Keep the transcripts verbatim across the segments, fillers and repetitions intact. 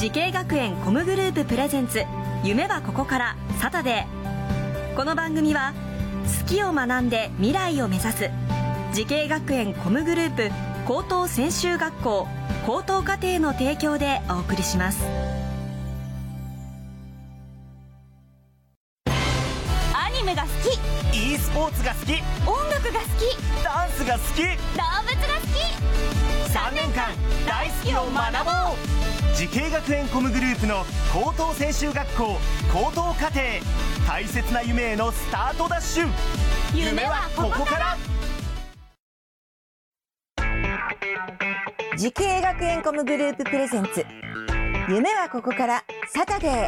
時系学園コムグループプレゼンツ夢はここからサタデー。この番組は好きを学んで未来を目指す時系学園コムグループ高等専修学校高等課程の提供でお送りします。 アニメが好き、 e スポーツが好き、 音楽が好き、 ダンスが好き、 動物が好き。 さんねんかん大好きを学ぼう。時系学園コムグループの高等専修学校高等課程、大切な夢へのスタートダッシュ。夢はここから。 時系学園コムグループプレゼンツ夢はここからサタデー。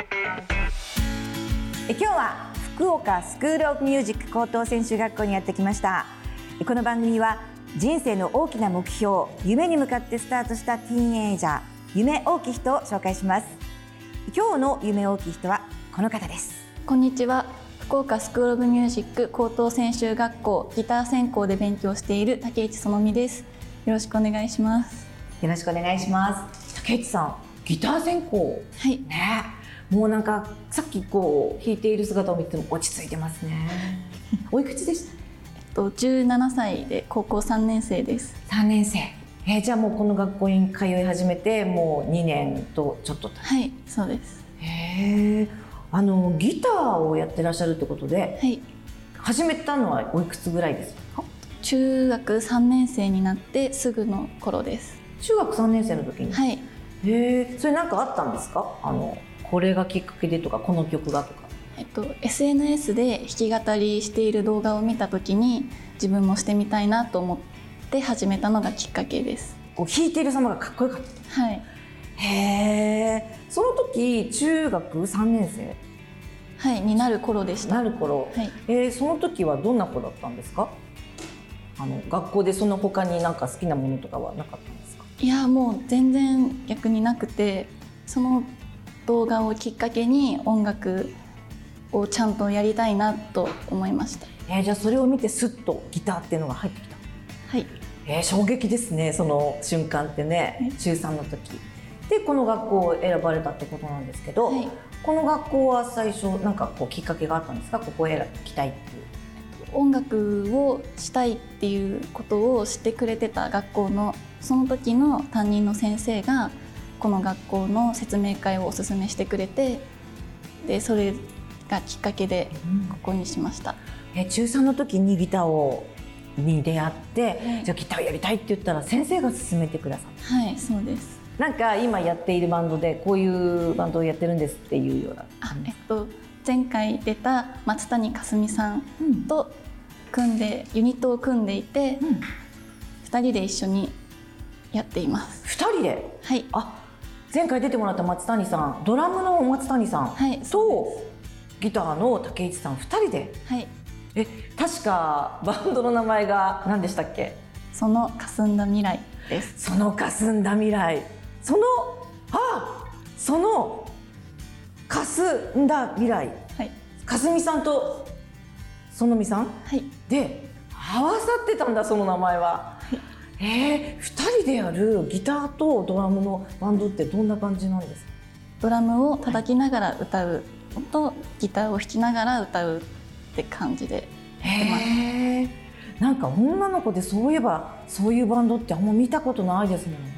え今日は福岡スクールオブミュージック高等専修学校にやってきました。この番組は人生の大きな目標、夢に向かってスタートしたティーンエイジャー、夢大きい人を紹介します。今日の夢大きい人はこの方です。 こんにちは。福岡スクールオブミュージック高等専修学校ギター専攻で勉強している竹内園美です。よろしくお願いします。 よろしくお願いします。竹内さん、ギター専攻、 はいね、もうなんかさっきこう弾いている姿を見ても落ち着いてますね。おいくつでした？ えっとじゅうななさいで高校さんねん生です。 さんねん生。えー、じゃあもうこの学校に通い始めてもうにねんとちょっと経つ。 はい、そうです。 へー、あのギターをやってらっしゃるってことで、 はい、 始めたのはおいくつぐらいですか？ 中学さんねん生になってすぐの頃です。 中学さんねん生の時に。 はい。 へー、それ何かあったんですか？あのこれがきっかけでとかこの曲がとか。 えっと エスエヌエス で弾き語りしている動画を見た時に自分もしてみたいなと思って始めたのがきっかけです。 こう弾いている様がかっこよかった。 はい。 へー、その時中学さんねん生、 はい、になる頃でした。 なる頃、 はい。 えー、その時はどんな子だったんですか？あの学校でその他に何か好きなものとかはなかったんですか？ いやもう全然逆になくて、その動画をきっかけに音楽をちゃんとやりたいなと思いました。 えー、じゃあそれを見てスッとギターっていうのが入ってきた。 はい。 えー、衝撃ですね、その瞬間ってね。中さんの時でこの学校を選ばれたってことなんですけど、はい、この学校は最初なんかこうきっかけがあったんですか？ここを選びたいっていう。 音楽をしたいっていうことを知ってくれてた学校のその時の担任の先生がこの学校の説明会をおすすめしてくれて、でそれがきっかけでここにしました。 うん、え中さんの時にギターをに出会って、はい、じゃあギターやりたいって言ったら先生が勧めてくださった。 はい、そうです。 なんか今やっているバンドでこういうバンドをやってるんですっていうような。 あ、えっと前回出た松谷かすみさんと組んで、ユニットを組んでいて、うん、ふたりで一緒にやっています。 ふたりで？ はい。 あ、前回出てもらった松谷さん、ドラムの松谷さん、はい、とギターの竹内さんふたりで。 はい。 え、確かバンドの名前が何でしたっけ？ その霞んだ未来です。 その霞んだ未来。そのあ、その霞んだ未来。はい。かすみさんと園美さん、 はい、 で合わさってたんだ、その名前は。はい、えー、ふたりでやるギターとドラムのバンドってどんな感じなんですか？ ドラムを叩きながら歌うのと、はい、ギターを弾きながら歌うって感じでやってます。 へー、なんか女の子でそういえばそういうバンドってあんま見たことないですもん。はい、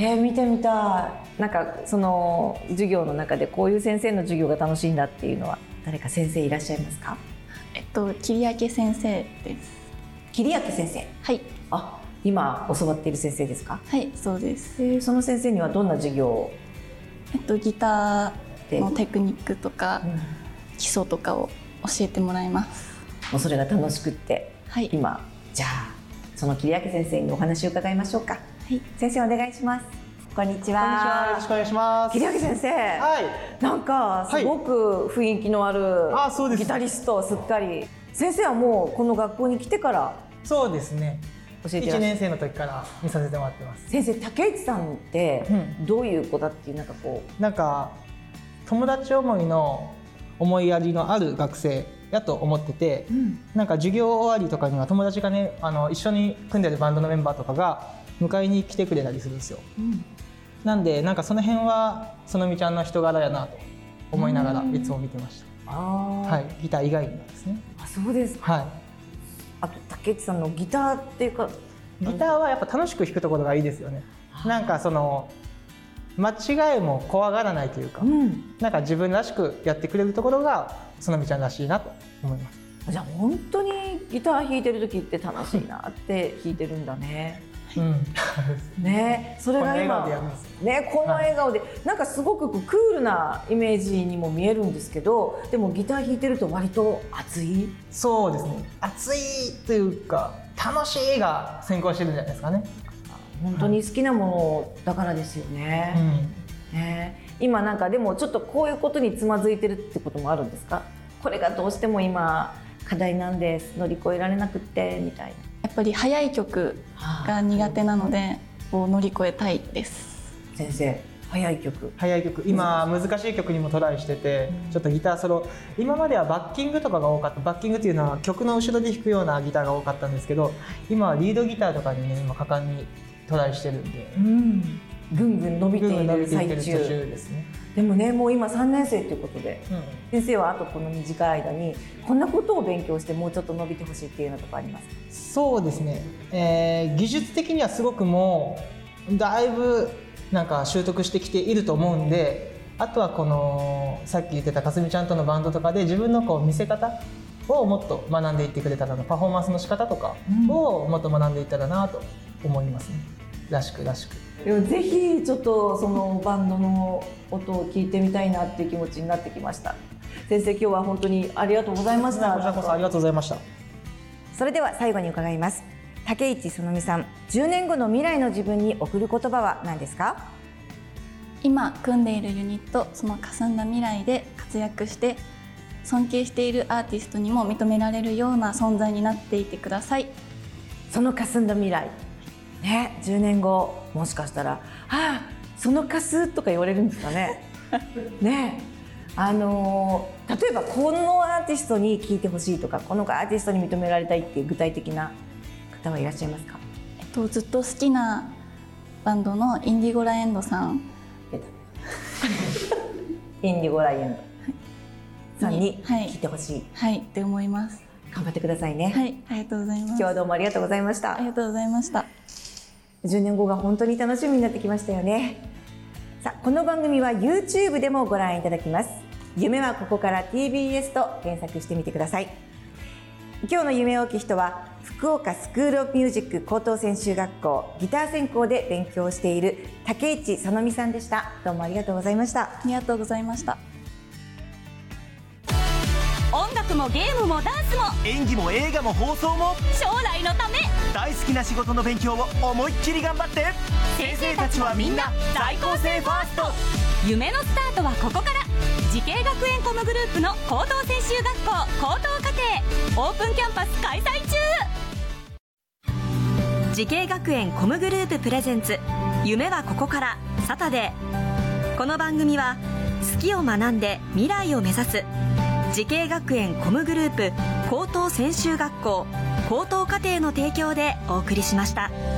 えー、見てみたい。なんかその授業の中でこういう先生の授業が楽しいんだっていうのは誰か先生いらっしゃいますか？ えっと桐明先生です。 桐明先生。はい。あ、今教わっている先生ですか？ はい、そうです。 えー、その先生にはどんな授業を？ えっとギターのテクニックとか、うん、基礎とかを教えてもらいます。 もうそれが楽しくって、はい、今じゃあその桐明先生にお話を伺いましょうか。はい、先生お願いします。こんにちは。 こんにちは。よろしくお願いします。 桐明先生。はい。なんかすごく雰囲気のあるギタリスト、すっかり。先生はもうこの学校に来てから。 そうですね。 教えていらっしゃる。いちねん生の時から見させてもらってます。 先生、竹内さんってどういう子だっていう、なんかこう。なんか友達思いの思いやりのある学生やと思ってて、うん、なんか授業終わりとかには友達がね、あの一緒に組んでるバンドのメンバーとかが迎えに来てくれたりするんですよ。うん、 なんでなんかその辺はそのみちゃんの人柄やなと思いながらいつも見てました。 あ、 はい、ギター以外にですね。 あ、そうですか。 はい、 あと竹内さんのギターっていうか、 ギターはやっぱ楽しく弾くところがいいですよね。なんかその間違いも怖がらないというか、うん、なんか自分らしくやってくれるところがそのみちゃんらしいなと思います。 じゃあ本当にギター弾いてる時って楽しいなって弾いてるんだね。うん、ね、それが今ね、この笑顔で、はい、なんかすごくクールなイメージにも見えるんですけど、でもギター弾いてると割と熱い。 そうですね、熱いというか楽しいが先行してるんじゃないですかね。 本当に好きなものだからですよね。うん、ね、今なんかでもちょっとこういうことにつまずいてるってこともあるんですか？これがどうしても今課題なんです、乗り越えられなくってみたいな。 やっぱり速い曲が苦手なので、こう乗り越えたいです。 先生、速い曲速い曲、今難しい曲にもトライしてて、ちょっとギターソロ、今まではバッキングとかが多かった。バッキングっていうのは曲の後ろで弾くようなギターが多かったんですけど、今はリードギターとかにね、今果敢にトライしてるんで、うん、 ぐんぐん伸びている最中ですね。 でもね、もう今さんねん生ということで、うん、先生はあとこの短い間にこんなことを勉強してもうちょっと伸びてほしいっていうのとかありますか？ そうですね、えー、技術的にはすごくもうだいぶなんか習得してきていると思うんで、あとはこのさっき言ってたかすみちゃんとのバンドとかで自分のこう見せ方をもっと学んでいってくれたらな、パフォーマンスの仕方とかをもっと学んでいったらなと思いますね。らしくらしく。 でもぜひちょっとそのバンドの音を聞いてみたいなっていう気持ちになってきました。先生、今日は本当にありがとうございました。 こちらこそありがとうございました。 それでは最後に伺います。竹内そのみさん、じゅうねんごの未来の自分に贈る言葉は何ですか？ 今組んでいるユニット、その霞んだ未来で活躍して尊敬しているアーティストにも認められるような存在になっていてください。 その霞んだ未来ね、じゅうねんごもしかしたら「ああそのかす」とか言われるんですかね。ね、あのー、例えばこのアーティストに聴いてほしいとか、このアーティストに認められたいっていう具体的な方はいらっしゃいますか？ えっと、ずっと好きなバンドのインディゴラエンドさんインディゴラエンドさんに聴いてほしい、 はい、はい、って思います。 頑張ってくださいね。 はい、ありがとうございます。 今日はどうもありがとうございました。 ありがとうございました。 じゅうねんごが本当に楽しみになってきましたよね。さあ、この番組は YouTube でもご覧いただきます。夢はここから ティービーエス と検索してみてください。今日の夢大きい人は福岡スクールオブミュージック高等専修学校ギター専攻で勉強している竹内そのみさんでした。どうもありがとうございました。 ありがとうございました。 音楽もゲームもダンスも演技も映画も放送も将来のため、 大好きな仕事の勉強を思いっきり頑張って。先生たちはみんな在校生ファースト。 夢のスタートはここから。慈恵学園コムグループの高等専修学校高等課程オープンキャンパス開催中。 慈恵学園コムグループプレゼンツ夢はここからサタデー。この番組は好きを学んで未来を目指す慈恵学園コムグループ高等専修学校高等課程の提供でお送りしました。